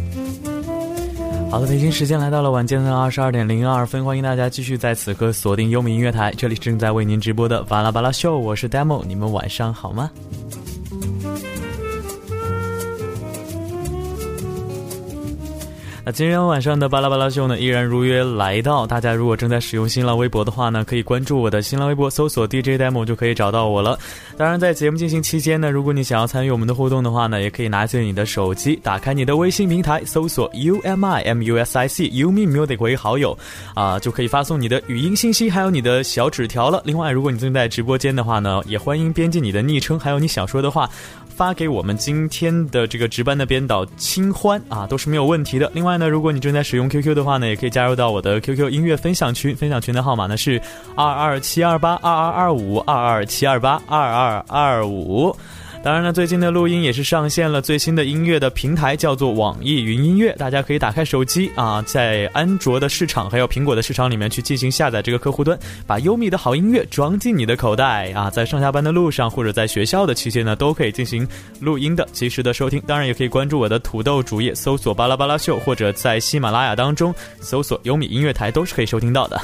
好的，北京时间来到了晚间的22:02，欢迎大家继续在此刻锁定优米音乐台，这里正在为您直播的巴拉巴拉秀，我是 Demo， 你们晚上好吗？那今天晚上的巴拉巴拉秀呢，依然如约来到。大家如果正在使用新浪微博的话呢，可以关注我的新浪微博，搜索 DJ Demo 就可以找到我了。当然在节目进行期间呢，如果你想要参与我们的互动的话呢，也可以拿起你的手机，打开你的微信平台，搜索 UMIMUSIC Yumi Music 为好友就可以发送你的语音信息还有你的小纸条了。另外如果你正在直播间的话呢，也欢迎编辑你的昵称还有你想说的话发给我们今天的这个值班的编导清欢都是没有问题的。另外呢，如果你正在使用 QQ 的话呢，也可以加入到我的 QQ 音乐分享群，分享群的号码呢是227282225，227282225。当然呢，最近的录音也是上线了最新的音乐的平台，叫做网易云音乐，大家可以打开手机在安卓的市场还有苹果的市场里面去进行下载这个客户端，把优米的好音乐装进你的口袋在上下班的路上或者在学校的期间呢，都可以进行录音的及时的收听。当然也可以关注我的土豆主页，搜索巴拉巴拉秀，或者在喜马拉雅当中搜索优米音乐台，都是可以收听到的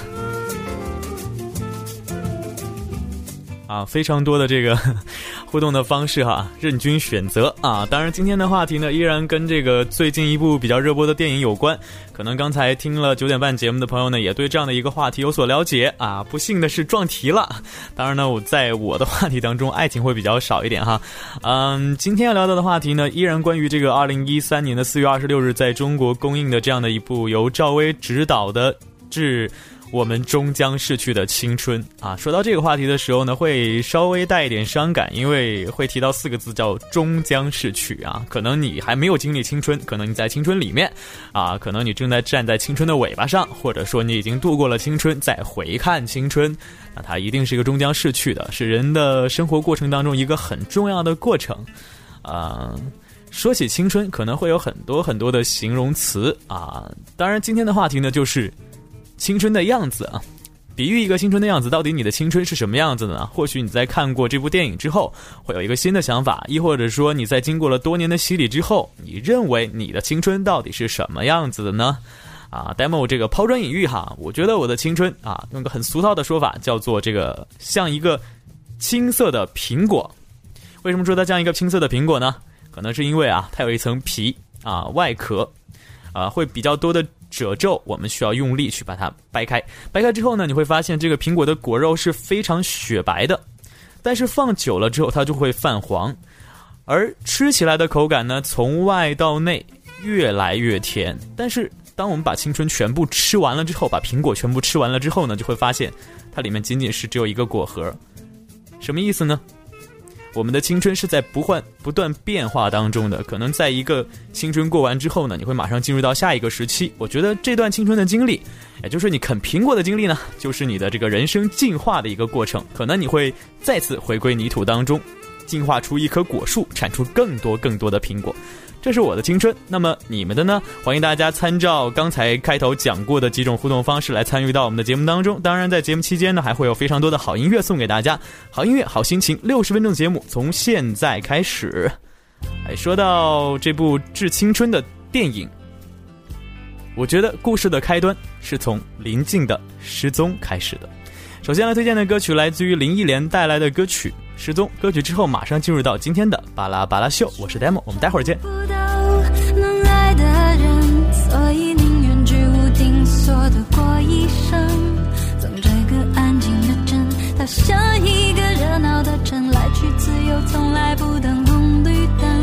非常多的这个互动的方式任君选择当然今天的话题呢，依然跟这个最近一部比较热播的电影有关。可能刚才听了9点半节目的朋友呢，也对这样的一个话题有所了解不幸的是撞题了。当然呢，在我的话题当中，爱情会比较少一点今天要聊到的话题呢，依然关于这个2013年的4月26日在中国公映的这样的一部由赵薇执导的致我们终将逝去的青春说到这个话题的时候呢，会稍微带一点伤感，因为会提到4个字叫终将逝去可能你还没有经历青春，可能你在青春里面可能你正在站在青春的尾巴上，或者说你已经度过了青春再回看青春，那它一定是一个终将逝去的，是人的生活过程当中一个很重要的过程说起青春可能会有很多很多的形容词当然今天的话题呢就是青春的样子比喻一个青春的样子，到底你的青春是什么样子的呢？或许你在看过这部电影之后会有一个新的想法，亦或者说你在经过了多年的洗礼之后，你认为你的青春到底是什么样子的呢Demo 这个抛砖引玉我觉得我的青春用个很俗套的说法叫做这个像一个青色的苹果。为什么说它像一个青色的苹果呢？可能是因为它有一层皮外壳会比较多的褶皱，我们需要用力去把它掰开。掰开之后呢，你会发现这个苹果的果肉是非常雪白的，但是放久了之后它就会泛黄，而吃起来的口感呢，从外到内越来越甜。但是当我们把青春全部吃完了之后，把苹果全部吃完了之后呢，就会发现它里面仅仅是只有一个果核。什么意思呢？我们的青春是在不断变化当中的，可能在一个青春过完之后呢，你会马上进入到下一个时期。我觉得这段青春的经历，也就是你啃苹果的经历呢，就是你的这个人生进化的一个过程。可能你会再次回归泥土当中，进化出一棵果树，产出更多的苹果。这是我的青春，那么你们的呢？欢迎大家参照刚才开头讲过的几种互动方式来参与到我们的节目当中。当然在节目期间呢，还会有非常多的好音乐送给大家，好音乐好心情，60分钟的节目从现在开始。说到这部致青春的电影，我觉得故事的开端是从林静的失踪开始的。首先来推荐的歌曲来自于林忆莲带来的歌曲失踪，歌曲之后马上进入到今天的巴拉巴拉秀，我是 Demo， 我们待会儿见。 不到能爱的人，所以宁愿居无定所的过一生，从这个安静的镇到下一个热闹的城，来去自由从来不等红绿灯。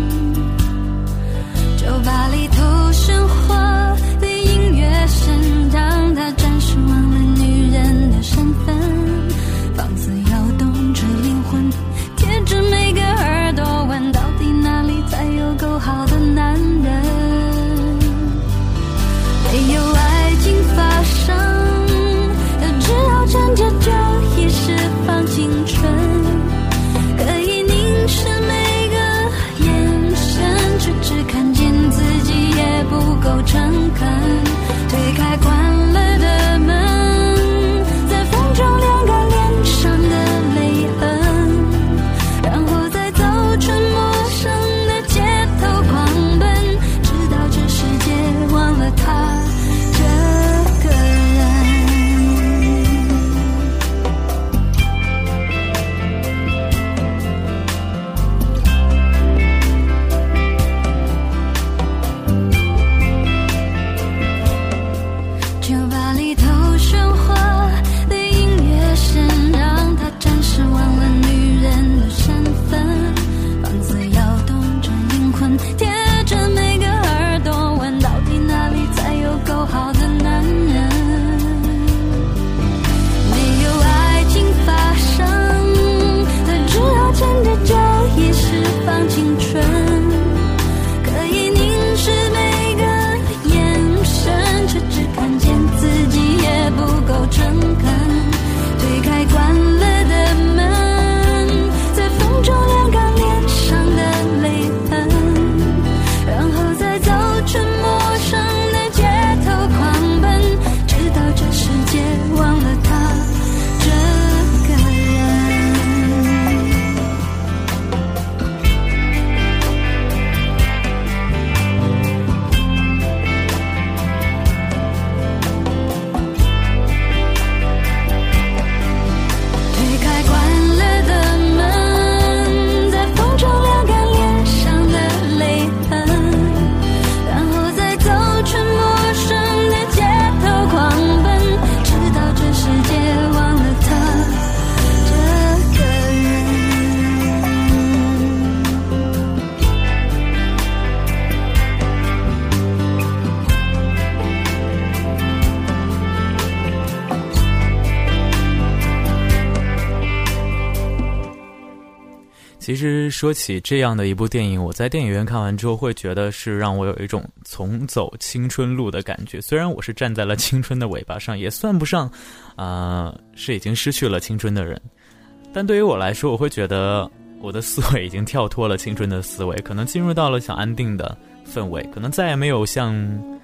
酒吧里头喧哗的音乐声，让他暂时忘了女人的身份，放肆摇动着灵魂，贴着每个耳朵问，到底哪里才有够好的男人？没有爱情发生，只好趁着酒意释放青春，可以凝视每个其实说起这样的一部电影，我在电影院看完之后会觉得是让我有一种重走青春路的感觉。虽然我是站在了青春的尾巴上，也算不上是已经失去了青春的人，但对于我来说，我会觉得我的思维已经跳脱了青春的思维，可能进入到了想安定的氛围，可能再也没有像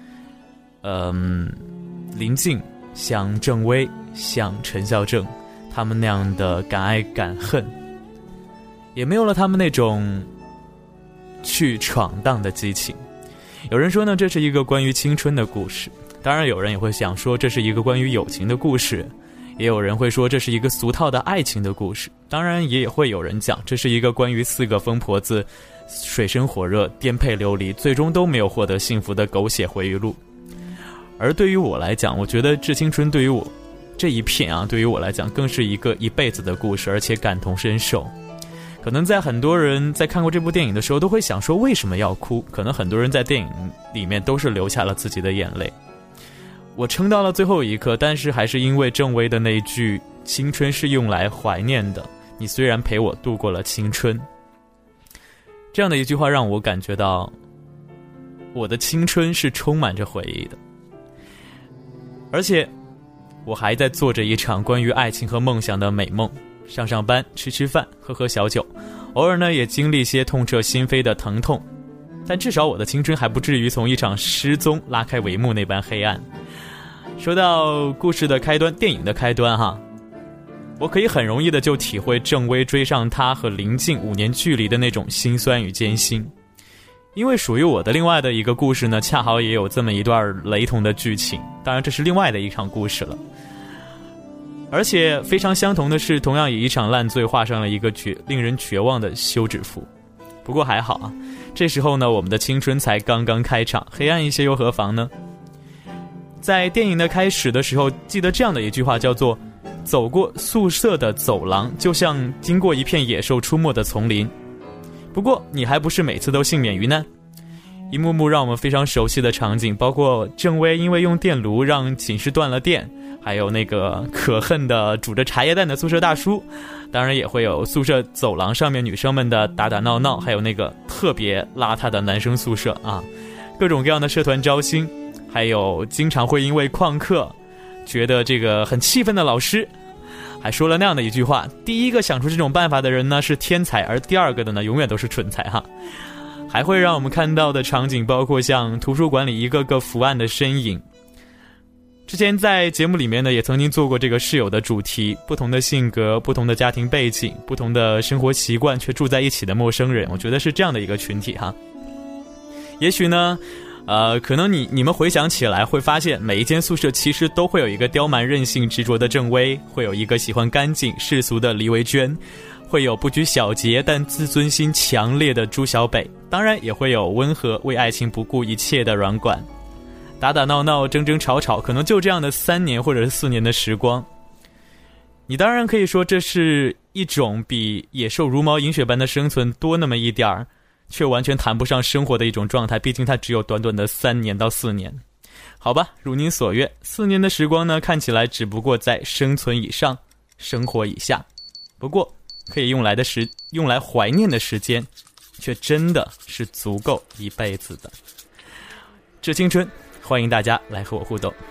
林静、像郑薇、像陈孝正他们那样的敢爱敢恨，也没有了他们那种去闯荡的激情。有人说呢，这是一个关于青春的故事，当然有人也会想说这是一个关于友情的故事，也有人会说这是一个俗套的爱情的故事，当然也会有人讲这是一个关于4个疯婆子水深火热、颠沛流离，最终都没有获得幸福的狗血回忆录。而对于我来讲，我觉得《致青春》对于我这一片对于我来讲更是一个一辈子的故事，而且感同身受。可能在很多人在看过这部电影的时候都会想说为什么要哭，可能很多人在电影里面都是流下了自己的眼泪。我撑到了最后一刻，但是还是因为郑薇的那一句青春是用来怀念的，你虽然陪我度过了青春，这样的一句话让我感觉到我的青春是充满着回忆的。而且我还在做着一场关于爱情和梦想的美梦，上班，吃饭，喝小酒，偶尔呢也经历些痛彻心扉的疼痛，但至少我的青春还不至于从一场失踪拉开帷幕那般黑暗。说到故事的开端，电影的开端我可以很容易的就体会郑薇追上他和林静5年距离的那种心酸与艰辛，因为属于我的另外的一个故事呢，恰好也有这么一段雷同的剧情，当然这是另外的一场故事了。而且非常相同的是，同样以一场烂醉画上了一个令人绝望的休止符。不过还好这时候呢，我们的青春才刚刚开场，黑暗一些又何妨呢？在电影的开始的时候，记得这样的一句话，叫做走过宿舍的走廊，就像经过一片野兽出没的丛林，不过你还不是每次都幸免于难。一幕幕让我们非常熟悉的场景，包括郑薇因为用电炉让寝室断了电，还有那个可恨的煮着茶叶蛋的宿舍大叔，当然也会有宿舍走廊上面女生们的打打闹闹，还有那个特别邋遢的男生宿舍各种各样的社团招新，还有经常会因为旷课觉得这个很气愤的老师，还说了那样的一句话，第一个想出这种办法的人呢是天才，而第二个的呢永远都是蠢材还会让我们看到的场景包括像图书馆里一个个伏案的身影。之前在节目里面呢也曾经做过这个室友的主题，不同的性格，不同的家庭背景，不同的生活习惯却住在一起的陌生人，我觉得是这样的一个群体也许呢可能你们回想起来会发现，每一间宿舍其实都会有一个刁蛮任性执着的郑薇，会有一个喜欢干净世俗的黎维娟，会有不拘小节但自尊心强烈的朱小北，当然也会有温和为爱情不顾一切的软管。打打闹闹，争争吵吵，可能就这样的3年或者是4年的时光，你当然可以说这是一种比野兽如毛饮血般的生存多那么一点儿，却完全谈不上生活的一种状态，毕竟它只有短短的3年到4年。好吧，如您所愿，4年的时光呢，看起来只不过在生存以上，生活以下，不过可以用来怀念的时间，却真的是足够一辈子的。致青春，欢迎大家来和我互动。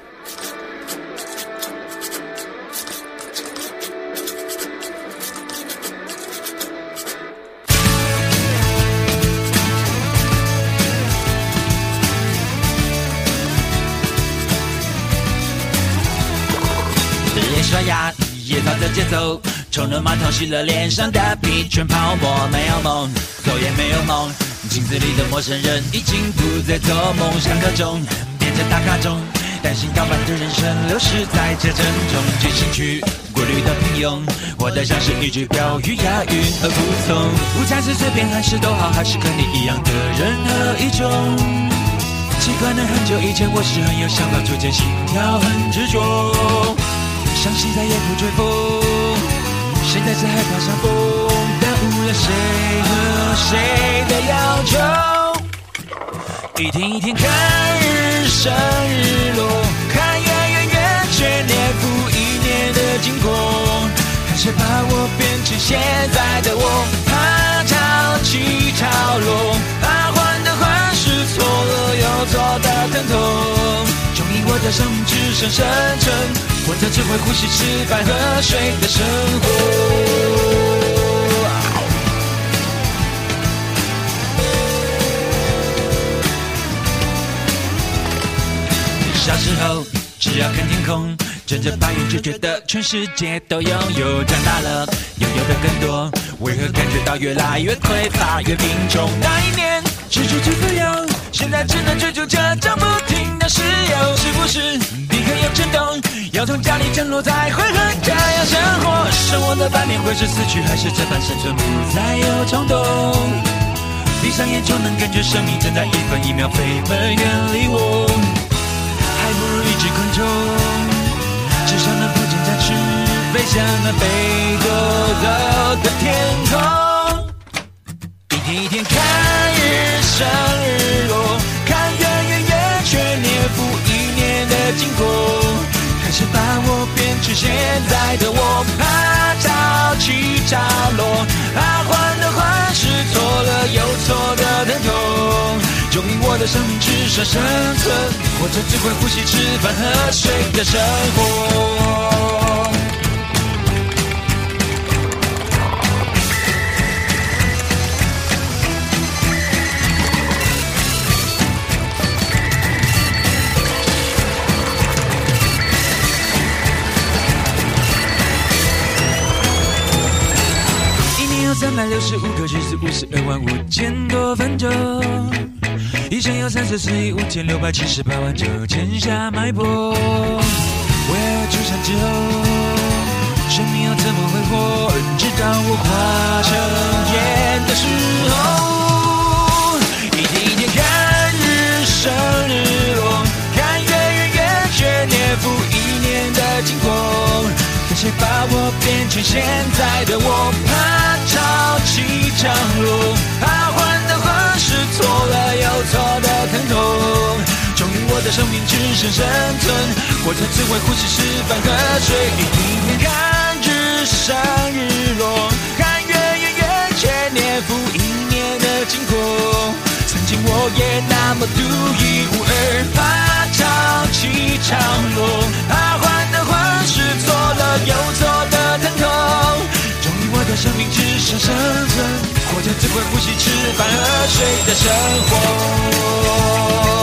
刷牙野草的节奏，冲了马桶洗了脸上的皮，全泡沫，没有梦，走也没有梦，镜子里的陌生人已经不再做梦，上课中变成打卡中，担心倒班的人生流逝在这阵中，即兴去过滤的平庸，活得像是一句标语，押韵而不从，午餐是随便还是都好，还是跟你一样的人何一种，习惯了很久以前，我是很有想法，逐渐心跳很执着，相信再也不追风，现在只害怕上风，耽误了谁和谁的要求。一天一天看日升日落，看圆圆圆却年复一年的经过，看谁把我变成现在的我，怕起潮落，啊，换的换是错了又错的疼痛，终于我的生命只剩生存，活着只会呼吸吃饭喝水的生活。小时候只要看天空，睁着白眼就觉得全世界都拥有，长大了拥有的更多，为何感觉到越来越匮乏越贫穷？那一年是追逐自由，现在只能追逐着涨不停的石油，是不是你很有震动？要从家里降落才会很这样生活，生活的版面会是死去还是这般生存不再有冲动？闭上眼就能感觉生命正在一分一秒飞奔远离我，还不如一只昆虫，至少能不挣扎翅飞向那北斗的天空。一天一天看日升日落，看圆圆圆却年复一年的经过，开始把我变成现在的我，怕潮起潮落，啊，换的换是错了又错的疼痛，终于我的生命只剩生存，活着只会呼吸吃饭喝水的生活。一年有365个日子，52万5千多分钟，一生有34亿5678万9千下脉搏，为爱出生之后，生命要怎么挥霍？直到我化成烟的时候，一天一天看日升日落，看圆圆圆却年复一年的经过，感谢把我变成现在的我，怕潮起潮落，怕换的换是错了又错的疼痛，终于我的生命只剩生存，活着只会呼吸吃饭喝水，一天天看日升日落，看圆圆圆却年复一年的经过，曾经我也那么独一无二，怕潮起潮落，怕换的换是错了又错的疼痛，终于我的生命只剩生存，活着只会呼吸吃饭喝水的生活。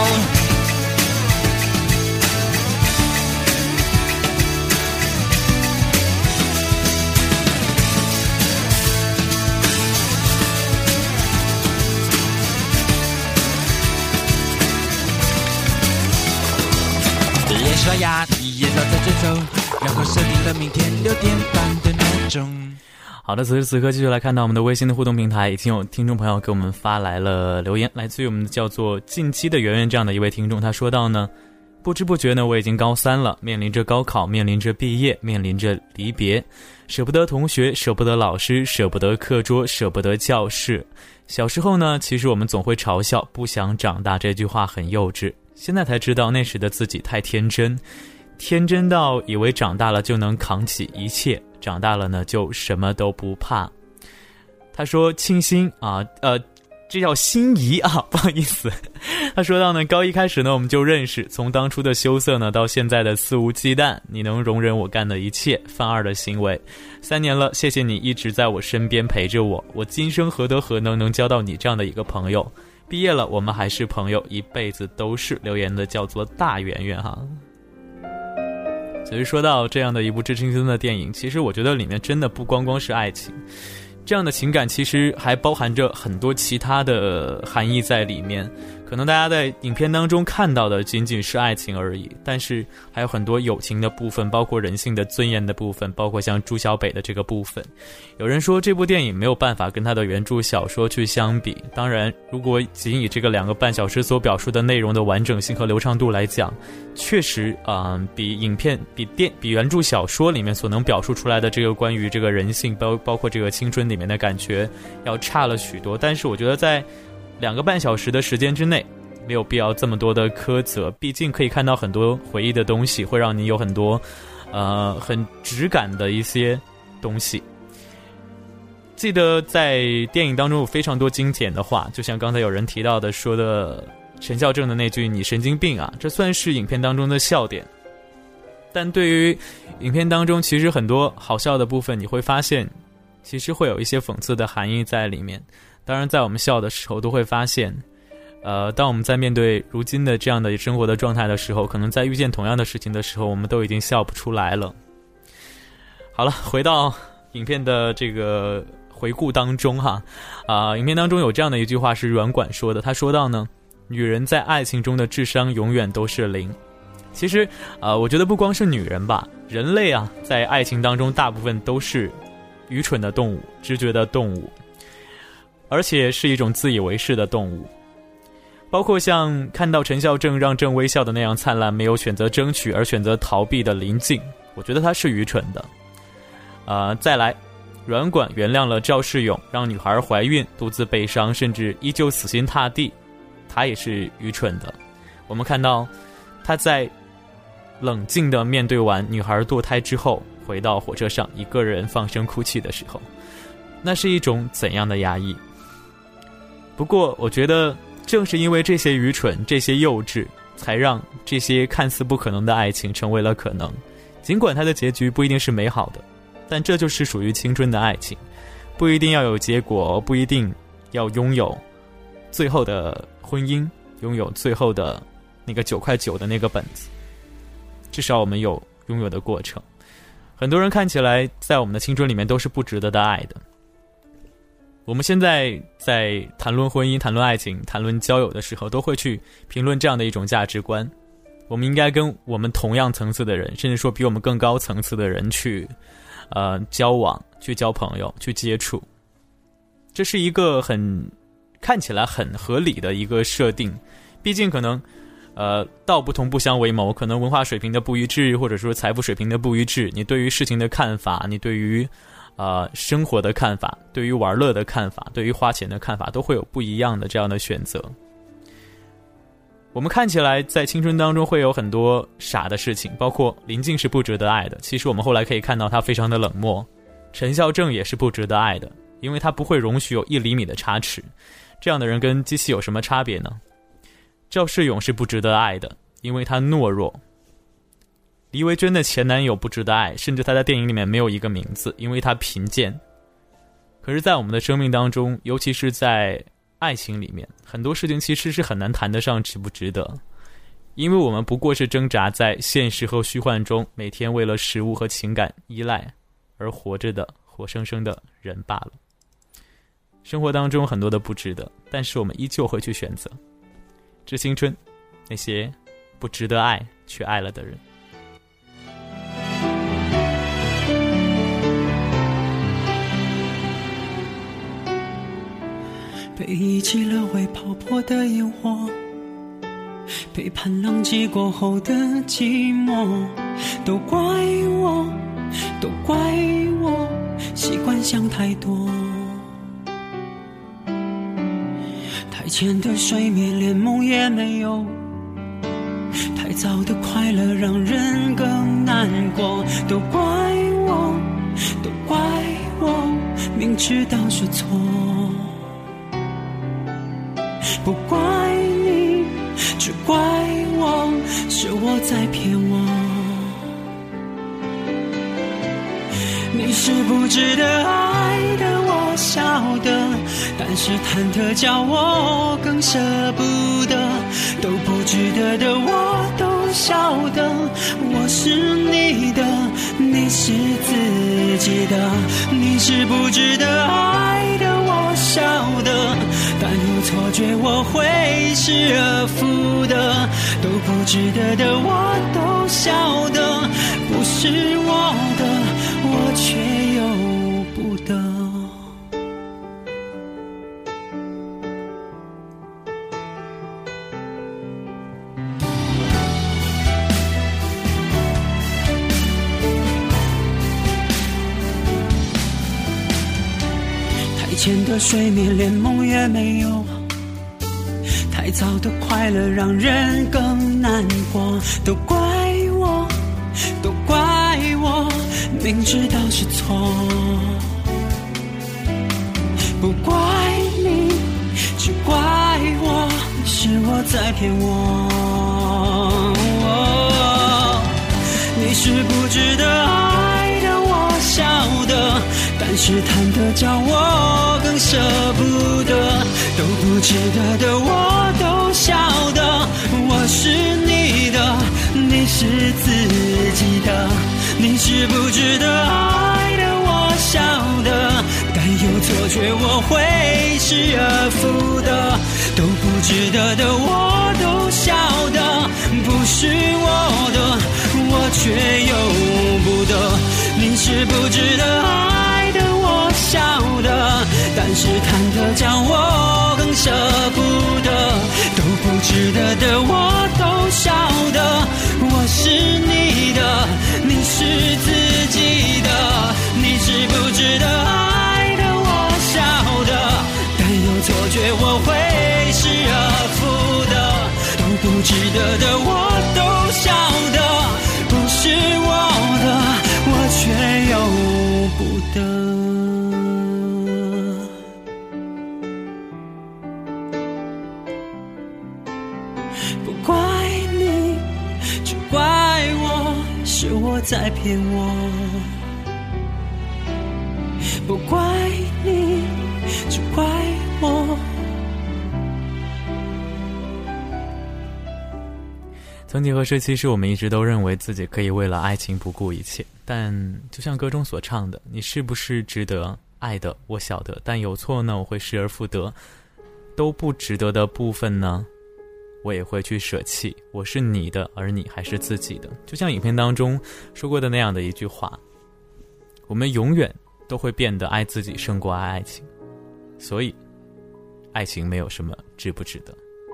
连刷牙也早在这走，然后设定了明天6点半的闹钟。 好的，此时此刻继续来看到我们的微信的互动平台，已经有听众朋友给我们发来了留言，来自于我们的叫做近期的圆圆这样的一位听众，他说到呢，不知不觉呢我已经高3了，面临着高考，面临着毕业，面临着离别，舍不得同学，舍不得老师，舍不得课桌，舍不得教室。小时候呢，其实我们总会嘲笑不想长大这句话很幼稚，现在才知道那时的自己太天真，天真到以为长大了就能扛起一切，长大了呢就什么都不怕。他说庆幸啊，这叫心仪啊，不好意思。他说到呢，高一开始呢我们就认识，从当初的羞涩呢到现在的肆无忌惮，你能容忍我干的一切犯二的行为。3年了，谢谢你一直在我身边陪着我，我今生何德何能交到你这样的一个朋友。毕业了，我们还是朋友，一辈子都是。留言的叫做大圆圆哈。所以说到这样的一部致青春的电影，其实我觉得里面真的不光光是爱情，这样的情感其实还包含着很多其他的含义在里面。可能大家在影片当中看到的仅仅是爱情而已，但是还有很多友情的部分，包括人性的尊严的部分，包括像朱小北的这个部分。有人说这部电影没有办法跟他的原著小说去相比，当然如果仅以这个2个半小时所表述的内容的完整性和流畅度来讲，确实比影片比原著小说里面所能表述出来的这个关于这个人性包括这个青春里面的感觉要差了许多。但是我觉得在2个半小时的时间之内没有必要这么多的苛责，毕竟可以看到很多回忆的东西，会让你有很多很质感的一些东西。 记得在电影当中有非常多经典的话，就像刚才有人提到的说的陈孝正的那句你神经病啊，这算是影片当中的笑点。但对于影片当中其实很多好笑的部分，你会发现其实会有一些讽刺的含义在里面。当然在我们笑的时候都会发现当我们在面对如今的这样的生活的状态的时候，可能在遇见同样的事情的时候，我们都已经笑不出来了。好了，回到影片的这个回顾当中哈，影片当中有这样的一句话是阮管说的，他说到呢，女人在爱情中的智商永远都是0。其实我觉得不光是女人吧，人类啊，在爱情当中大部分都是愚蠢的动物，直觉的动物，而且是一种自以为是的动物。包括像看到陈孝正让郑微笑的那样灿烂，没有选择争取而选择逃避的林静，我觉得他是愚蠢的。再来，阮管原谅了赵世勇，让女孩怀孕独自悲伤，甚至依旧死心塌地，他也是愚蠢的。我们看到他在冷静地面对完女孩堕胎之后，回到火车上一个人放声哭泣的时候，那是一种怎样的压抑。不过我觉得正是因为这些愚蠢，这些幼稚，才让这些看似不可能的爱情成为了可能。尽管它的结局不一定是美好的，但这就是属于青春的爱情，不一定要有结果，不一定要拥有最后的婚姻，拥有最后的那个9块9的那个本子，至少我们有拥有的过程。很多人看起来在我们的青春里面都是不值得的爱的。我们现在在谈论婚姻、谈论爱情、谈论交友的时候，都会去评论这样的一种价值观。我们应该跟我们同样层次的人，甚至说比我们更高层次的人去交往，去交朋友，去接触。这是一个看起来很合理的一个设定。毕竟可能道不同不相为谋，可能文化水平的不一致，或者说财富水平的不一致，你对于事情的看法，你对于生活的看法，对于玩乐的看法，对于花钱的看法，都会有不一样的这样的选择。我们看起来在青春当中会有很多傻的事情，包括林静是不值得爱的，其实我们后来可以看到他非常的冷漠。陈孝正也是不值得爱的，因为他不会容许有1厘米的差池。这样的人跟机器有什么差别呢？赵世勇是不值得爱的，因为他懦弱。黎维娟的前男友不值得爱，甚至他在电影里面没有一个名字，因为他贫贱。可是在我们的生命当中，尤其是在爱情里面，很多事情其实是很难谈得上值不值得，因为我们不过是挣扎在现实和虚幻中，每天为了食物和情感依赖而活着的活生生的人罢了。生活当中很多的不值得，但是我们依旧会去选择致青春那些不值得爱却爱了的人。 被遗弃了会泡沫的烟火，背叛浪迹过后的寂寞，都怪我，都怪我，习惯想太多。太浅的睡眠连梦也没有，太早的快乐让人更难过，都怪我，都怪我，明知道是错。不怪你，只怪我，是我在骗我。你是不值得爱的，我晓得，但是忐忑叫我更舍不得。都不值得的我都晓得，我是你的，你是自己的。你是不值得爱的，我晓得，但有错觉我会失而复得。都不值得的我都晓得，不是我的，我却又不得。太浅的睡眠连梦也没有，太早的快乐让人更难过，都怪我，都怪我，明知道是错。 不怪你，只怪我，是我在骗我。你是不值得爱的，我晓得，但是贪得叫我更舍不得，都不值得的我都晓得，我是你的，你是自己的，你是不值得爱的，我晓得，但有错觉我会失而复得，都不值得的我都晓得，不是我的我却由不得，你是不值得爱的我晓得，但是贪得叫我更舍不得，都不值得的我都晓得，我是你的，你是自己的，你是不值得爱的我晓得，但有错觉我会失而复得，都不值得的我都晓得，不是我的我却由不得。不怪你，只怪我，是我在骗我。不怪你，只怪我。 曾几何时，其实我们一直都认为自己可以为了爱情不顾一切，但就像歌中所唱的，你是不是值得爱的我晓得，但有错呢我会失而复得，都不值得的部分呢我也会去舍弃，我是你的，而你还是自己的。就像影片当中说过的那样的一句话，我们永远都会变得爱自己胜过爱爱情，所以爱情没有什么值不值得。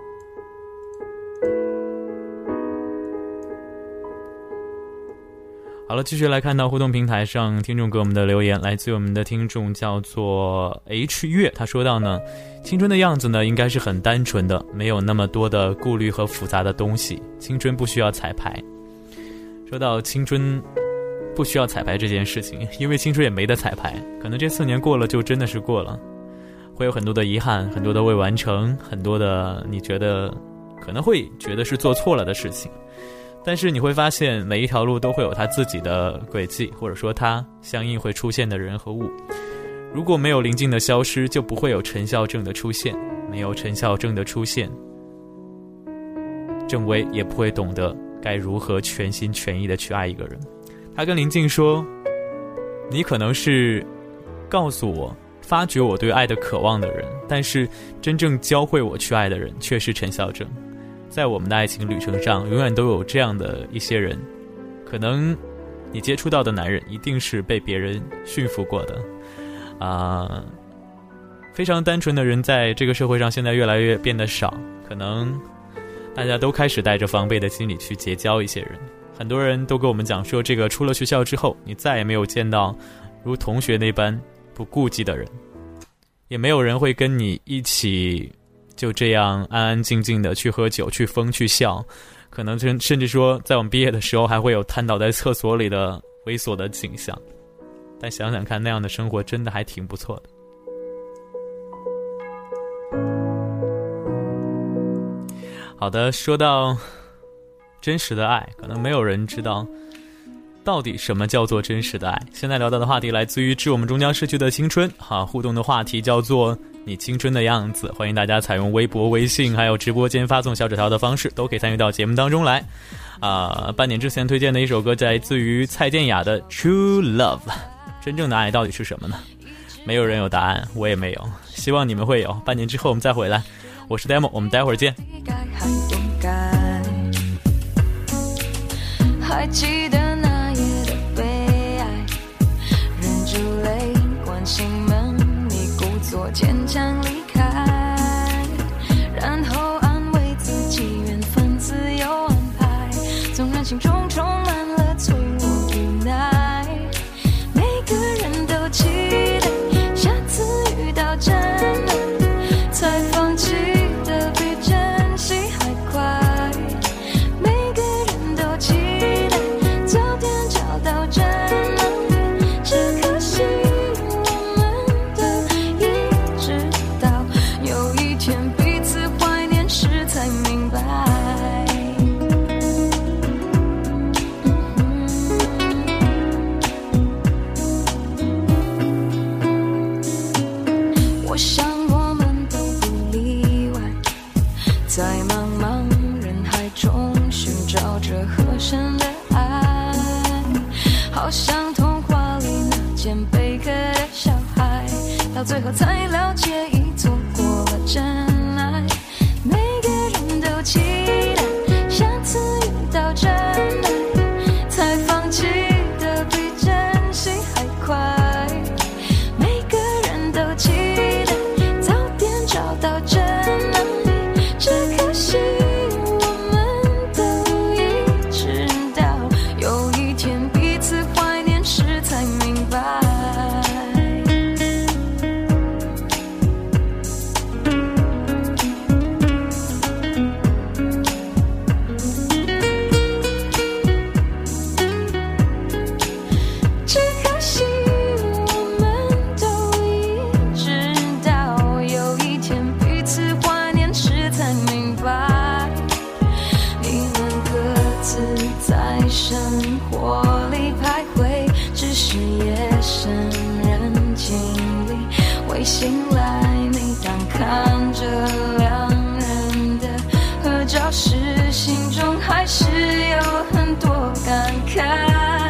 好了，继续来看到互动平台上听众给我们的留言，来自于我们的听众叫做 H 月，他说到呢，青春的样子呢应该是很单纯的，没有那么多的顾虑和复杂的东西，青春不需要彩排。说到青春不需要彩排这件事情，因为青春也没得彩排，可能这4年过了就真的是过了，会有很多的遗憾，很多的未完成，很多的你觉得可能会觉得是做错了的事情，但是你会发现每一条路都会有它自己的轨迹，或者说它相应会出现的人和物。如果没有临近的消失，就不会有陈孝正的出现，没有陈孝正的出现，郑薇也不会懂得该如何全心全意的去爱一个人。他跟林静说，你可能是告诉我发掘我对爱的渴望的人，但是真正教会我去爱的人却是陈孝正。在我们的爱情旅程上永远都有这样的一些人，可能你接触到的男人一定是被别人驯服过的非常单纯的人在这个社会上现在越来越变得少，可能大家都开始带着防备的心理去结交一些人。很多人都跟我们讲说，这个出了学校之后你再也没有见到如同学那般不顾忌的人，也没有人会跟你一起就这样安安静静的去喝酒去疯去笑，可能甚至说在我们毕业的时候还会有瘫倒在厕所里的猥琐的景象，但想想看那样的生活真的还挺不错的。好的，说到真实的爱，可能没有人知道到底什么叫做真实的爱。现在聊到的话题来自于致我们终将逝去的青春互动的话题叫做你青春的样子，欢迎大家采用微博、微信还有直播间发送小纸条的方式都可以参与到节目当中来半点之前推荐的一首歌来自于蔡健雅的 True Love。 真正的爱到底是什么呢？没有人有答案，我也没有，希望你们会有。半年之后我们再回来，我是 Demo， 我们待会儿见。 还记得那夜的悲哀，忍住泪关上门，你故作坚强离开，然后安慰自己缘分自有安排，纵然心中充满了脆弱无奈，每个人都期待下次遇到真爱，才放弃的比珍惜还快，每个人都期待早点找到真爱，只可惜我们的一在茫茫人海中寻找着合身的爱，好像童话里那件贝壳的小孩，到最后才了解已错过了真爱。每个人都期待下次遇到真爱，才放弃的比珍惜还快。每个人都期待早点找到真爱，只可惜我们都已知道，有一天彼此怀念时才明白。只可惜我们都已知道，有一天彼此怀念时才明白。你们各自在生活里徘徊，只是夜深人静里会醒来。每当看着两人的合照时，心中还是有很多感慨。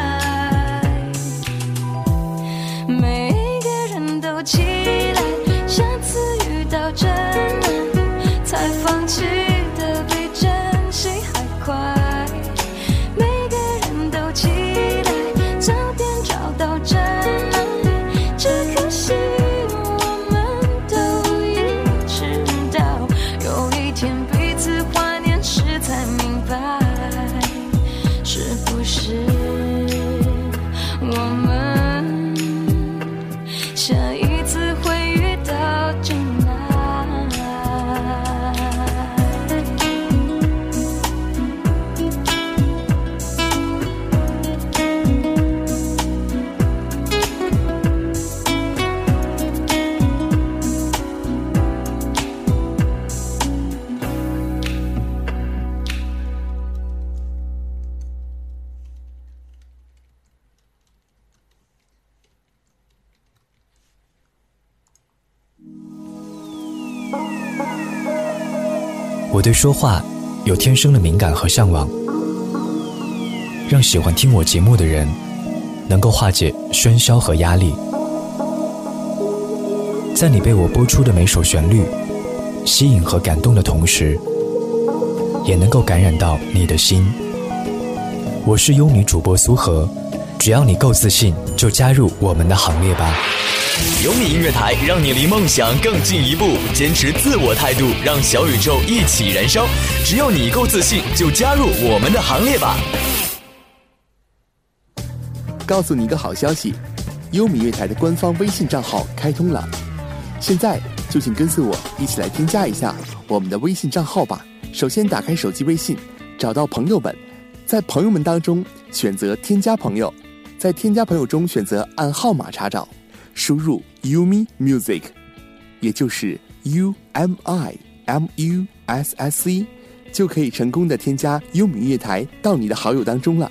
每个人都期待下次遇到真爱，才放弃的比珍惜还快。每个人都期待早点找到真爱，只可惜我们都已知道，有一天彼此怀念时才明白，是不是我们下一次会遇到真爱。 我对说话有天生的敏感和向往，让喜欢听我节目的人能够化解喧嚣和压力。在你被我播出的每首旋律吸引和感动的同时，也能够感染到你的心。我是优米主播苏荷，只要你够自信，就加入我们的行列吧。 优米音乐台，让你离梦想更进一步，坚持自我态度，让小宇宙一起燃烧。只要你够自信，就加入我们的行列吧。 告诉你一个好消息，优米乐台的官方微信账号开通了，现在就请跟随我一起来添加一下我们的微信账号吧。首先打开手机微信，找到朋友们，在朋友们当中选择添加朋友，在添加朋友中选择按号码查找，输入 Yumi Music， 也就是 UMIMUSSC， 就可以成功的添加优米乐台到你的好友当中了。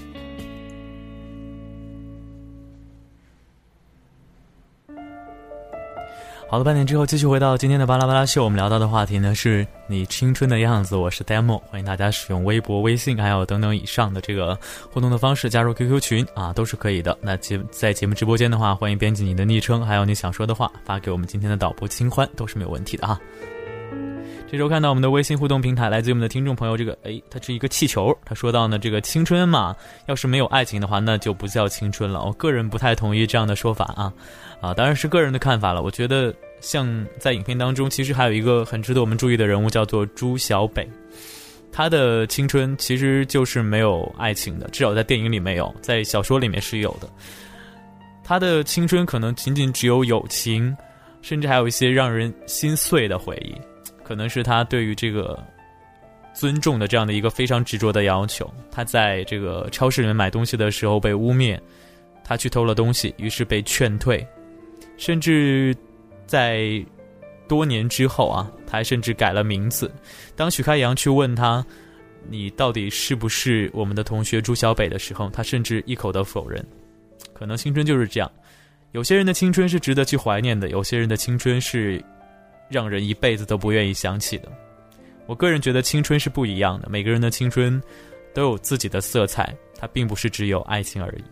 好了，半点之后继续回到今天的巴拉巴拉秀，我们聊到的话题呢是你青春的样子，我是 Demo， 欢迎大家使用微博、微信还有等等以上的这个互动的方式加入 QQ 群啊，都是可以的。那在节目直播间的话，欢迎编辑你的昵称还有你想说的话发给我们今天的导播清欢，都是没有问题的啊。这周看到我们的微信互动平台来自于我们的听众朋友，这个他是一个气球，他说到呢，这个青春嘛，要是没有爱情的话，那就不叫青春了。我个人不太同意这样的说法啊，当然是个人的看法了。我觉得像在影片当中，其实还有一个很值得我们注意的人物，叫做朱小北。他的青春其实就是没有爱情的，至少在电影里没有，在小说里面是有的。他的青春可能仅仅只有友情，甚至还有一些让人心碎的回忆。可能是他对于这个尊重的这样的一个非常执着的要求。他在这个超市里面买东西的时候被污蔑，他去偷了东西，于是被劝退，甚至在多年之后他还甚至改了名字。当许开阳去问他你到底是不是我们的同学朱小北的时候，他甚至一口的否认。可能青春就是这样，有些人的青春是值得去怀念的，有些人的青春是让人一辈子都不愿意想起的。 我个人觉得青春是不一样的，每个人的青春都有自己的色彩，它并不是只有爱情而已。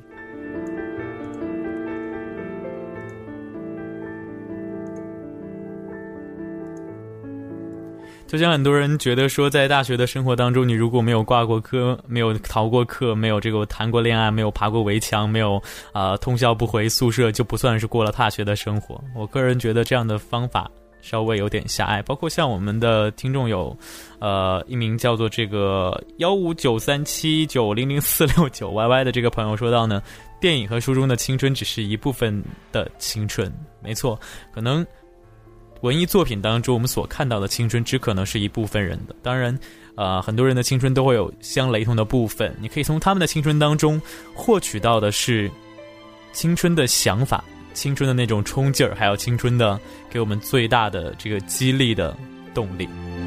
就像很多人觉得说，在大学的生活当中，你如果没有挂过科，没有逃过课，没有这个谈过恋爱，没有爬过围墙，没有通宵不回宿舍，就不算是过了大学的生活。我个人觉得这样的方法稍微有点狭隘。包括像我们的听众有一名叫做这个15937900469YY 的这个朋友说到呢，电影和书中的青春只是一部分的青春。没错，可能文艺作品当中我们所看到的青春只可能是一部分人的，当然很多人的青春都会有相雷同的部分，你可以从他们的青春当中获取到的是青春的想法，青春的那种冲劲儿，还有青春的给我们最大的这个激励的动力。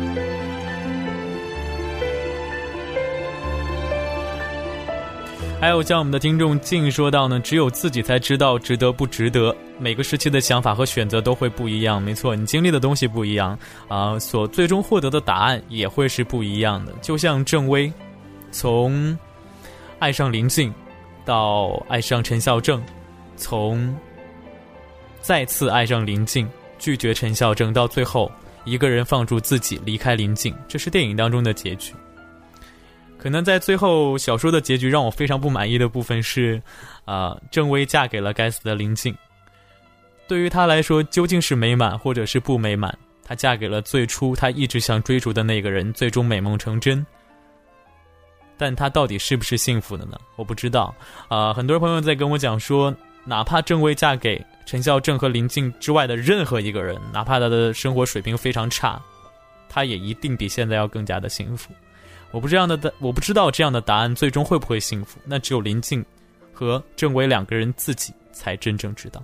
还有像我们的听众静说到呢，只有自己才知道值得不值得，每个时期的想法和选择都会不一样。没错，你经历的东西不一样所最终获得的答案也会是不一样的。就像郑薇从爱上林静到爱上陈孝正，从再次爱上林静拒绝陈孝正，到最后一个人放逐自己离开林静，这是电影当中的结局。可能在最后小说的结局让我非常不满意的部分是郑薇嫁给了该死的林静。对于她来说究竟是美满或者是不美满，她嫁给了最初她一直想追逐的那个人，最终美梦成真，但她到底是不是幸福的呢？我不知道很多朋友在跟我讲说，哪怕郑薇嫁给陈孝正和林静之外的任何一个人，哪怕她的生活水平非常差，她也一定比现在要更加的幸福。我不知道这样的答案最终会不会幸福，那只有林静和郑薇两个人自己才真正知道。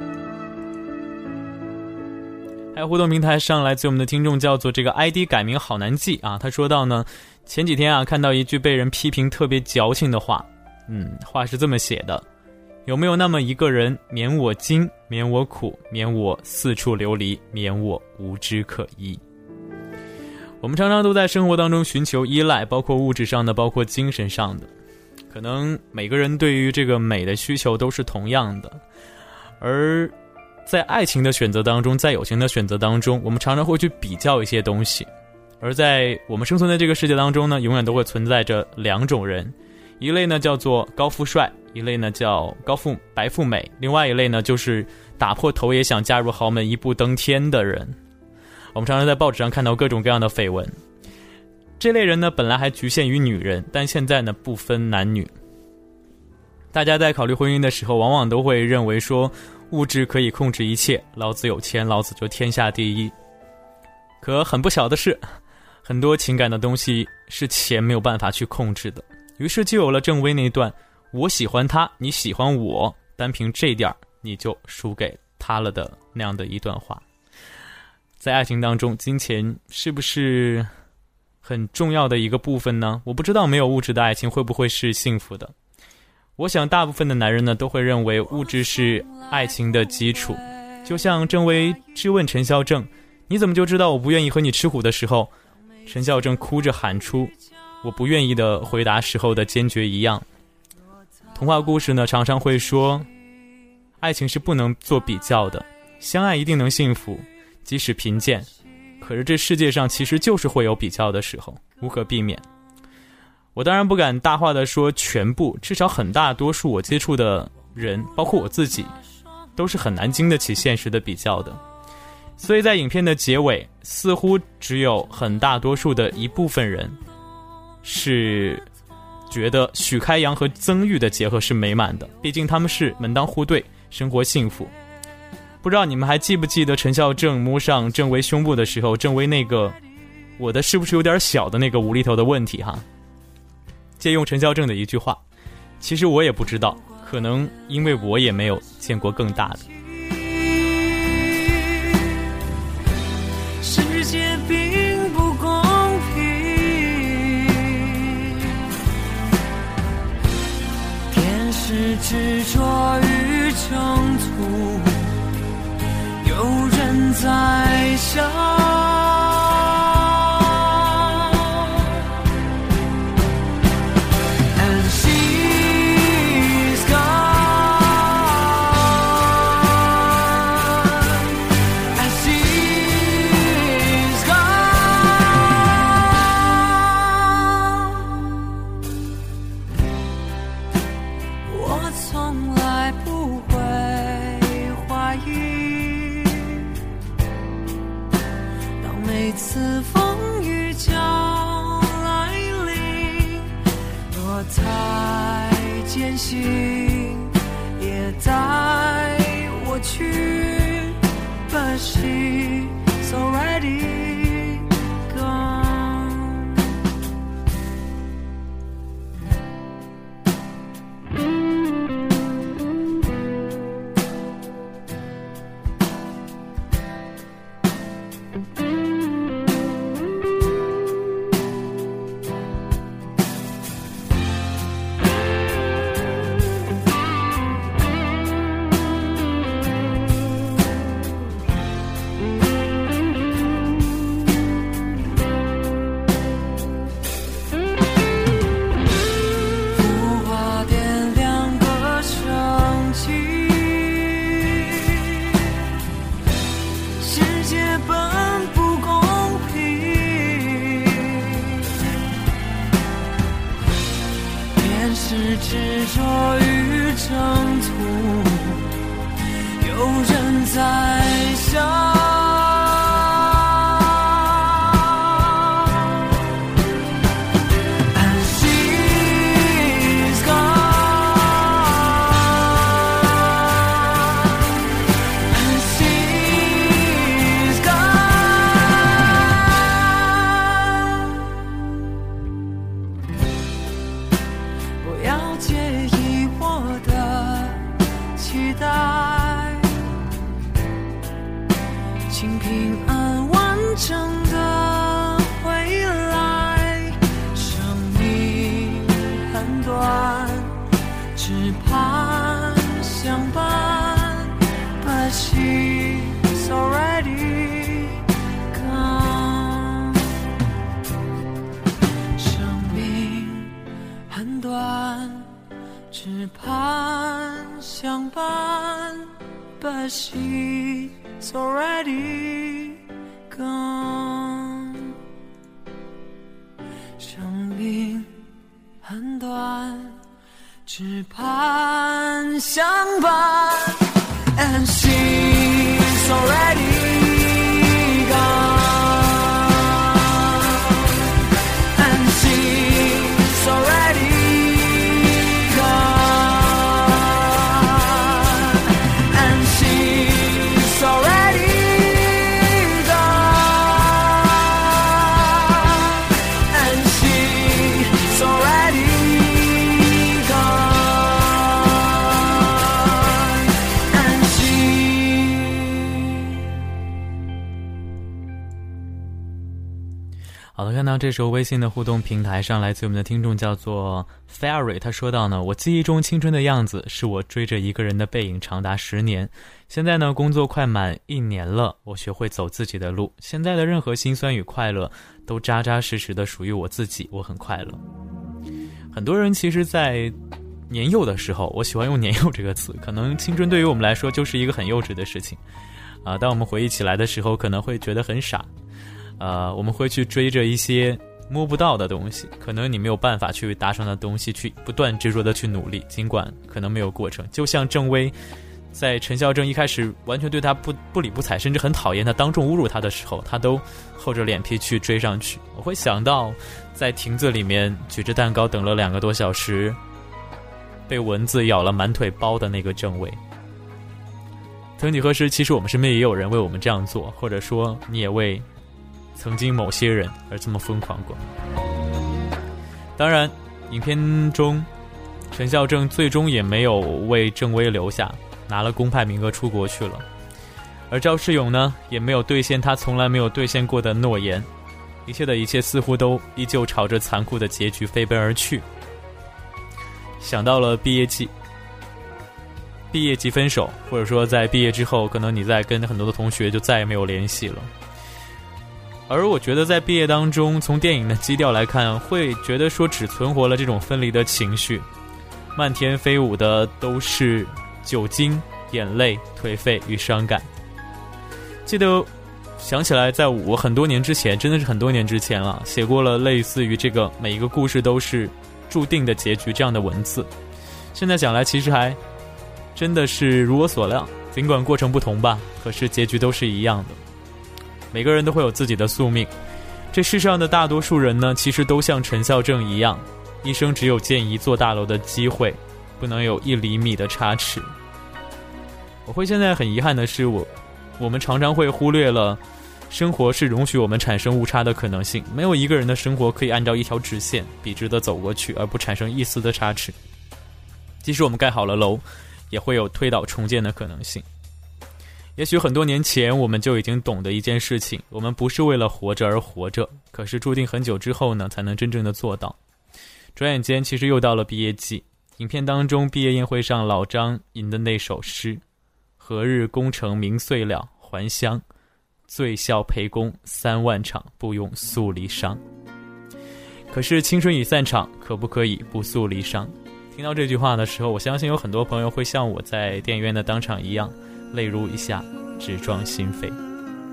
还有互动平台上来自我们的听众叫做这个 ID 改名好难记他说到呢，前几天看到一句被人批评特别矫情的话，话是这么写的：有没有那么一个人，免我惊，免我苦，免我四处流离，免我无枝可依。我们常常都在生活当中寻求依赖，包括物质上的，包括精神上的。可能每个人对于这个美的需求都是同样的，而在爱情的选择当中，在友情的选择当中，我们常常会去比较一些东西。而在我们生存的这个世界当中呢，永远都会存在着两种人，一类呢叫做高富帅，一类呢叫白富美，另外一类呢就是打破头也想嫁入豪门一步登天的人。我们常常在报纸上看到各种各样的绯闻，这类人呢本来还局限于女人，但现在呢不分男女。大家在考虑婚姻的时候，往往都会认为说物质可以控制一切，老子有钱，老子就天下第一。可很不巧的是，很多情感的东西是钱没有办法去控制的。于是就有了郑薇那段我喜欢他，你喜欢我，单凭这点你就输给他了的那样的一段话。在爱情当中，金钱是不是很重要的一个部分呢？我不知道没有物质的爱情会不会是幸福的。我想大部分的男人呢都会认为物质是爱情的基础。就像郑薇质问陈孝正，你怎么就知道我不愿意和你吃苦的时候，陈孝正哭着喊出我不愿意的回答时候的坚决一样。童话故事呢常常会说，爱情是不能做比较的，相爱一定能幸福，即使贫贱，可是这世界上其实就是会有比较的时候，无可避免。我当然不敢大话的说全部，至少很大多数我接触的人，包括我自己，都是很难经得起现实的比较的。所以在影片的结尾，似乎只有很大多数的一部分人是觉得许开阳和曾玉的结合是美满的，毕竟他们是门当户对，生活幸福。不知道你们还记不记得陈孝正摸上郑薇胸部的时候，郑薇那个我的是不是有点小的那个无厘头的问题哈？借用陈孝正的一句话，其实我也不知道，可能因为我也没有见过更大的。 世界并不公平，天使执着于征途，有人在笑。 是执着于征途，有人在想请平安完整的回来，生命很短，只盼相伴 But she's already gone。 生命很短，只盼相伴 But she's already gone。 生命很短，只盼相伴 And she's already gone。 And she's already 好的，看到这时候微信的互动平台上来自我们的听众叫做 Fairy， 他说到呢，我记忆中青春的样子是我追着一个人的背影长达10年，现在呢工作快满1年了，我学会走自己的路，现在的任何辛酸与快乐都扎扎实实的属于我自己，我很快乐。很多人其实在年幼的时候，我喜欢用年幼这个词，可能青春对于我们来说就是一个很幼稚的事情当我们回忆起来的时候可能会觉得很傻我们会去追着一些摸不到的东西，可能你没有办法去达成的东西，去不断执着的去努力，尽管可能没有过程。就像郑薇在陈孝正一开始完全对他不理不睬，甚至很讨厌他，当众侮辱他的时候，他都厚着脸皮去追上去。我会想到在亭子里面举着蛋糕等了2个多小时，被蚊子咬了满腿包的那个郑薇。曾几何时，其实我们身边也有人为我们这样做，或者说你也为曾经某些人而这么疯狂过。当然影片中陈孝正最终也没有为郑薇留下，拿了公派名额出国去了，而赵世勇呢也没有兑现他从来没有兑现过的诺言，一切的一切似乎都依旧朝着残酷的结局飞奔而去。想到了毕业季分手，或者说在毕业之后可能你在跟很多的同学就再也没有联系了，而我觉得在毕业当中，从电影的基调来看，会觉得说只存活了这种分离的情绪，漫天飞舞的都是酒精、眼泪、颓废与伤感。记得想起来在我很多年之前，真的是很多年之前了，写过了类似于这个每一个故事都是注定的结局这样的文字，现在想来其实还真的是如我所料，尽管过程不同吧，可是结局都是一样的。每个人都会有自己的宿命，这世上的大多数人呢，其实都像陈孝正一样，一生只有建一座大楼的机会，不能有1厘米的差池。我会现在很遗憾的是，我们常常会忽略了生活是容许我们产生误差的可能性，没有一个人的生活可以按照一条直线笔直的走过去，而不产生一丝的差池。即使我们盖好了楼，也会有推倒重建的可能性。也许很多年前我们就已经懂得一件事情，我们不是为了活着而活着，可是注定很久之后呢，才能真正的做到。转眼间其实又到了毕业季，影片当中毕业宴会上老张吟的那首诗，何日功成名遂了，还乡醉笑陪公3万场，不用诉离殇。可是青春已散场，可不可以不诉离殇？听到这句话的时候，我相信有很多朋友会像我在电影院的当场一样，泪如雨下，直撞心扉。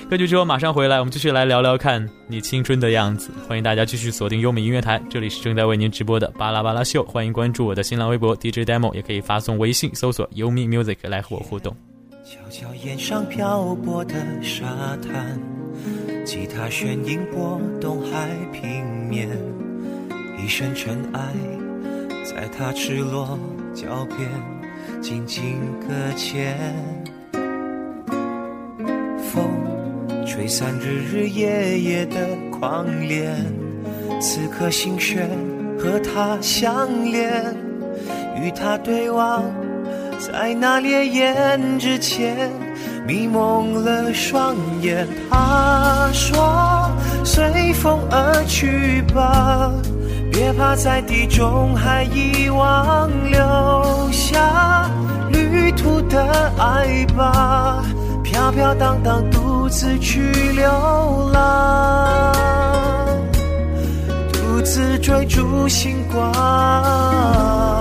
歌曲之后马上回来，我们继续来聊聊看你青春的样子。欢迎大家继续锁定优米音乐台，这里是正在为您直播的巴拉巴拉秀，欢迎关注我的新浪微博 DJ Demo， 也可以发送微信搜索优米 Music 来和我互动。 悄悄眼上漂泊的沙滩，吉他弦音波动海平面，一身尘埃在他赤裸脚边静静搁浅。风吹散日日夜夜的狂恋，此刻心弦和他相连，与他对望在那烈焰之前，迷蒙了双眼。他说随风而去吧，别怕在地中海遗忘，留下旅途的爱吧，飘飘荡荡独自去流浪，独自追逐星光。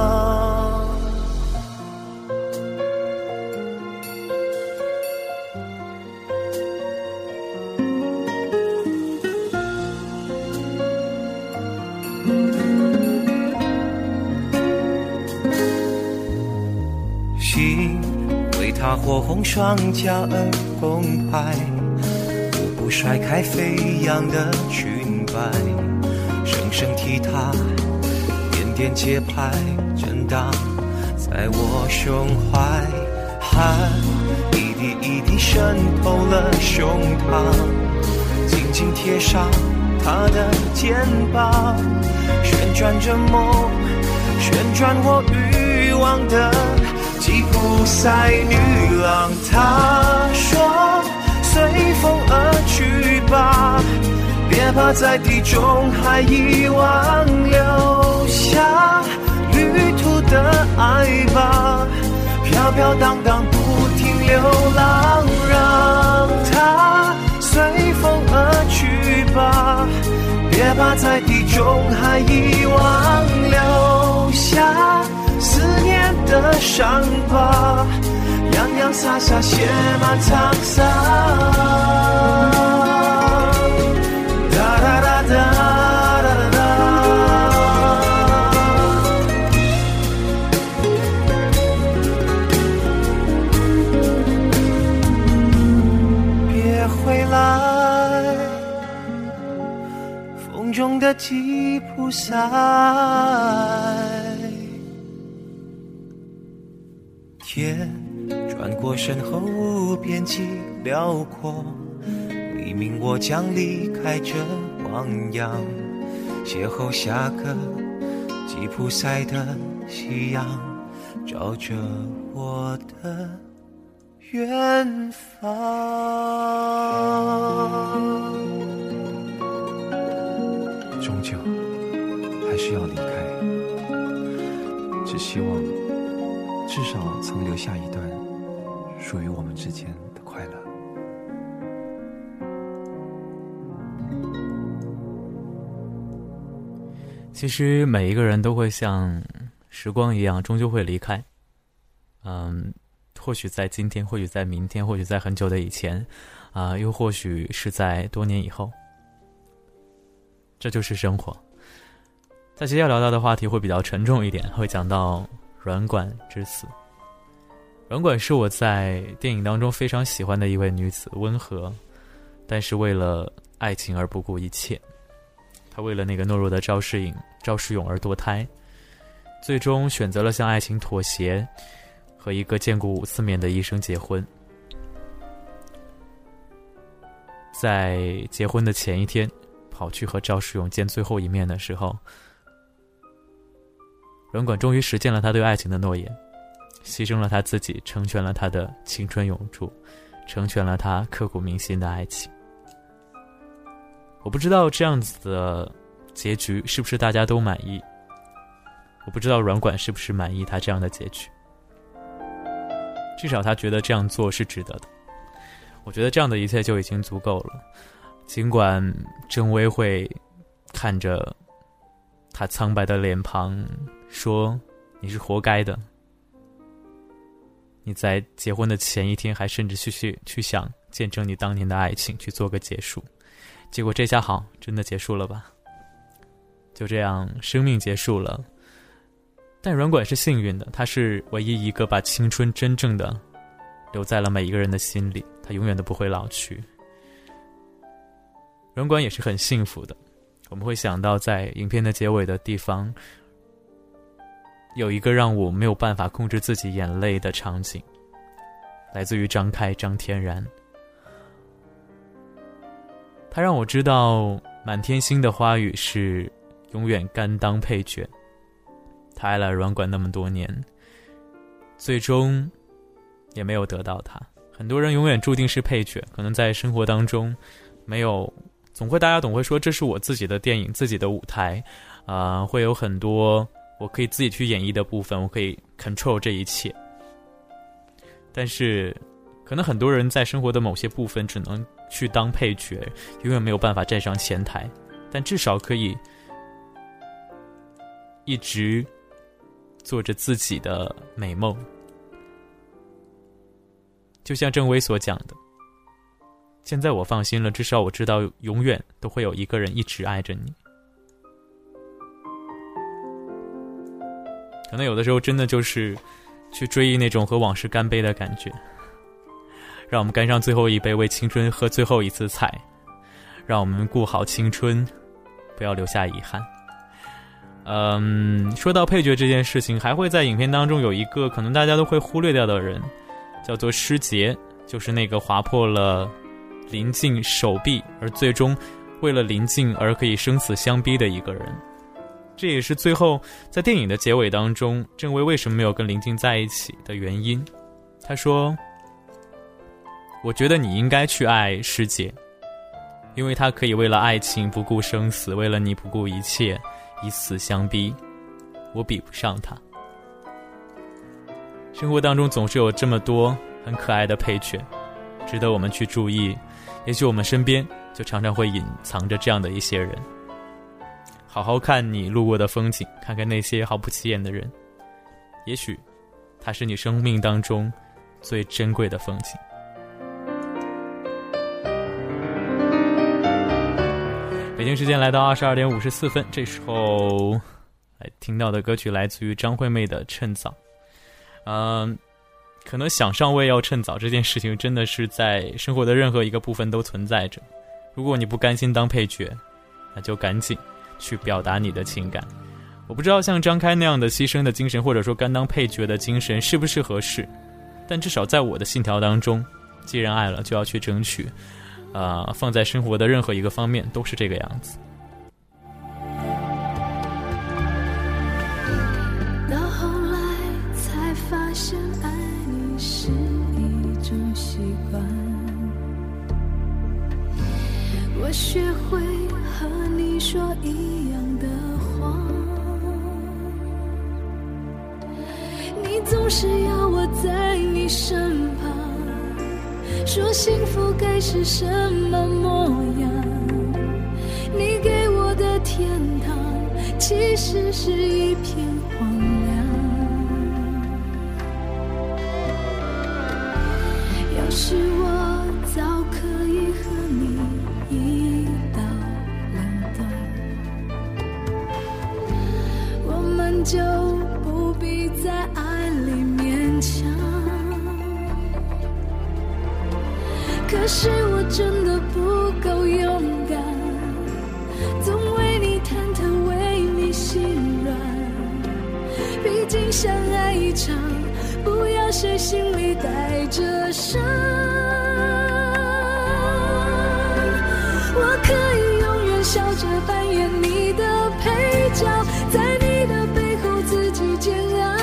心为他火红双颊而澎湃，舞步甩开飞扬的裙摆，声声踢踏，点点节拍震荡在我胸怀，汗一滴一滴渗透了胸膛，紧紧贴上他的肩膀，旋转着梦，旋转我欲望的吉普赛女郎。她说随风而去吧，别怕在地中海遗忘，留下旅途的爱吧，飘飘荡荡不停流浪，让它随风而去吧，别怕在地中海遗忘，留下思念的伤疤，洋洋洒洒写满沧桑。哒哒哒哒哒哒别回来，风中的吉普赛。天转过身后无边际辽阔，黎明我将离开这汪洋，邂逅下个吉普赛的夕阳，照着我的远方。 终究还是要离开，只希望至少曾留下一段属于我们之间的快乐。 其实每一个人都会像时光一样，终究会离开。或许在今天，或许在明天，或许在很久的以前，又或许是在多年以后。这就是生活。在接下来聊到的话题会比较沉重一点，会讲到软管之死。软管是我在电影当中非常喜欢的一位女子，温和，但是为了爱情而不顾一切。她为了那个懦弱的赵世勇而堕胎，最终选择了向爱情妥协，和一个见过5次面的医生结婚。在结婚的前一天，跑去和赵世勇见最后一面的时候，软管终于实现了他对爱情的诺言，牺牲了他自己，成全了他的青春永驻，成全了他刻骨铭心的爱情。我不知道这样子的结局是不是大家都满意，我不知道软管是不是满意他这样的结局，至少他觉得这样做是值得的。我觉得这样的一切就已经足够了。尽管郑薇会看着他苍白的脸庞说，你是活该的，你在结婚的前一天还甚至去想见证你当年的爱情，去做个结束。结果这下好，真的结束了吧？就这样，生命结束了。但软管是幸运的，他是唯一一个把青春真正的留在了每一个人的心里，他永远都不会老去。软管也是很幸福的，我们会想到在影片的结尾的地方，有一个让我没有办法控制自己眼泪的场景，来自于张天然。他让我知道满天星的花语是永远甘当配角。他爱了软管那么多年，最终也没有得到他。很多人永远注定是配角，可能在生活当中没有，大家总会说这是我自己的电影，自己的舞台，会有很多我可以自己去演绎的部分，我可以 control 这一切。但是可能很多人在生活的某些部分只能去当配角，永远没有办法站上前台，但至少可以一直做着自己的美梦。就像郑薇所讲的，现在我放心了，至少我知道永远都会有一个人一直爱着你。可能有的时候真的就是去追忆那种和往事干杯的感觉，让我们干上最后一杯，为青春喝最后一次彩，让我们顾好青春，不要留下遗憾。说到配角这件事情，还会在影片当中有一个可能大家都会忽略掉的人，叫做师杰，就是那个划破了林静手臂，而最终为了林静而可以生死相逼的一个人。这也是最后在电影的结尾当中，郑薇为什么没有跟林静在一起的原因。他说，我觉得你应该去爱师姐，因为他可以为了爱情不顾生死，为了你不顾一切，以死相逼，我比不上他。生活当中总是有这么多很可爱的配角，值得我们去注意。也许我们身边就常常会隐藏着这样的一些人。好好看你路过的风景，看看那些毫不起眼的人，也许他是你生命当中最珍贵的风景。北京时间来到22点54分，这时候来听到的歌曲来自于张惠妹的《趁早》。可能想上位要趁早这件事情真的是在生活的任何一个部分都存在着。如果你不甘心当配角，那就赶紧去表达你的情感。我不知道像张开那样的牺牲的精神，或者说甘当配角的精神是不是合适，但至少在我的信条当中，既然爱了就要去争取，放在生活的任何一个方面都是这个样子。 到后来才发现爱你是一种习惯，我学会和你说一样的话，你总是要我在你身旁，说幸福该是什么模样，你给我的天堂其实是一片荒凉。要是我早可以和你一刀两断，我们就不必在爱里勉强。可是我真的不够勇敢，总为你忐忑，为你心软。毕竟相爱一场，不要谁心里带着伤。我可以永远笑着扮演你的配角，在你的背后自己煎熬。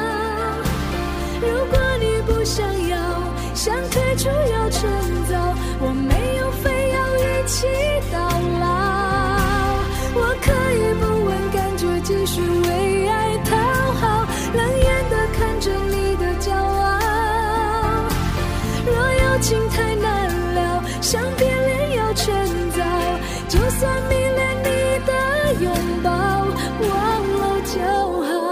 如果你不想要，想退出要趁早，我没有非要一起到老。我可以不问感觉，继续为爱讨好，冷眼地看着你的骄傲。若有情太难了，想变脸要趁早，就算迷恋你的拥抱，忘了就好。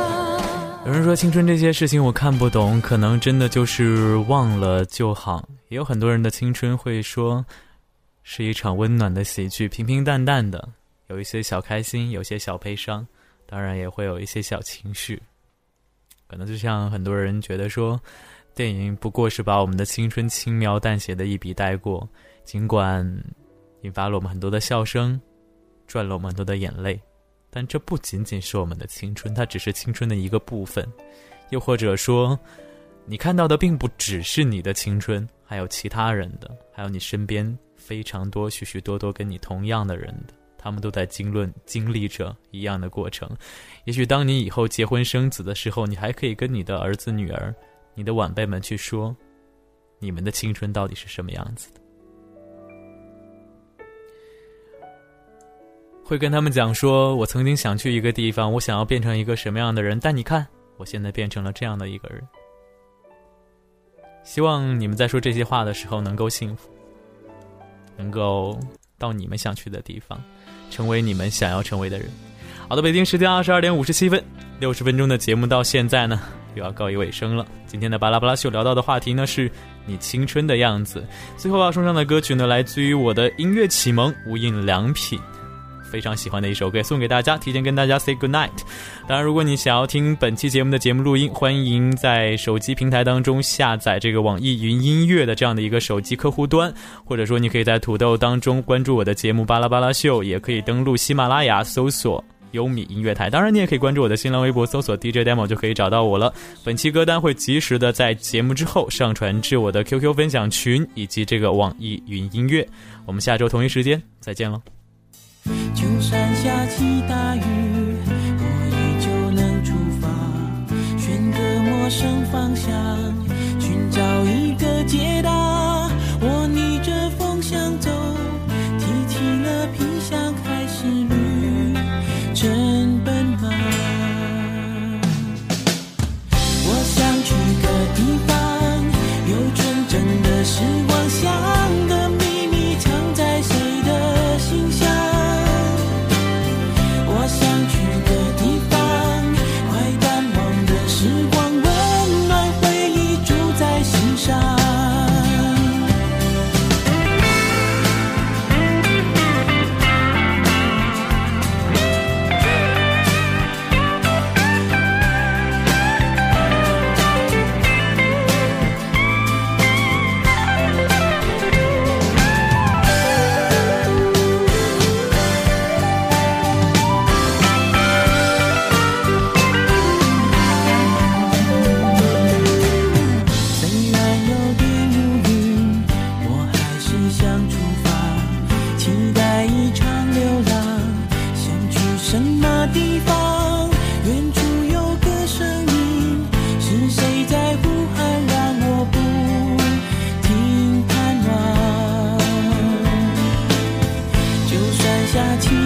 有人说青春这些事情我看不懂，可能真的就是忘了就好。 也有很多人的青春会说是一场温暖的喜剧，平平淡淡的，有一些小开心，有些小悲伤，当然也会有一些小情绪。可能就像很多人觉得说，电影不过是把我们的青春轻描淡写的一笔带过，尽管引发了我们很多的笑声，赚了我们很多的眼泪，但这不仅仅是我们的青春，它只是青春的一个部分。又或者说，你看到的并不只是你的青春，还有其他人的，还有你身边非常多许许多多跟你同样的人的，他们都在经历着一样的过程。也许当你以后结婚生子的时候，你还可以跟你的儿子女儿，你的晚辈们去说，你们的青春到底是什么样子的。会跟他们讲说，我曾经想去一个地方，我想要变成一个什么样的人，但你看我现在变成了这样的一个人。希望你们在说这些话的时候能够幸福，能够到你们想去的地方，成为你们想要成为的人。好的，北京时间22点57分，60分钟的节目到现在呢又要告一尾声了。今天的巴拉巴拉秀聊到的话题呢是你青春的样子。最后要送上的歌曲呢来自于我的音乐启蒙无印良品，非常喜欢的一首歌，送给大家，提前跟大家 say good night。 当然如果你想要听本期节目的节目录音，欢迎在手机平台当中下载这个网易云音乐的这样的一个手机客户端，或者说你可以在土豆当中关注我的节目巴拉巴拉秀，也可以登录喜马拉雅搜索优米音乐台，当然你也可以关注我的新浪微博搜索 DJ Demo 就可以找到我了。本期歌单会及时的在节目之后上传至我的 QQ 分享群以及这个网易云音乐。我们下周同一时间再见了。 就算下起大雨，我依旧能出发，选个陌生方向，寻找一个解答。我逆着风向走，提起了皮箱，还是旅程奔忙。我想去个地方，有纯真的时光，像个秘密藏在谁的心上。我想去个地方，快淡忘的时光，温暖回忆住在心上。下起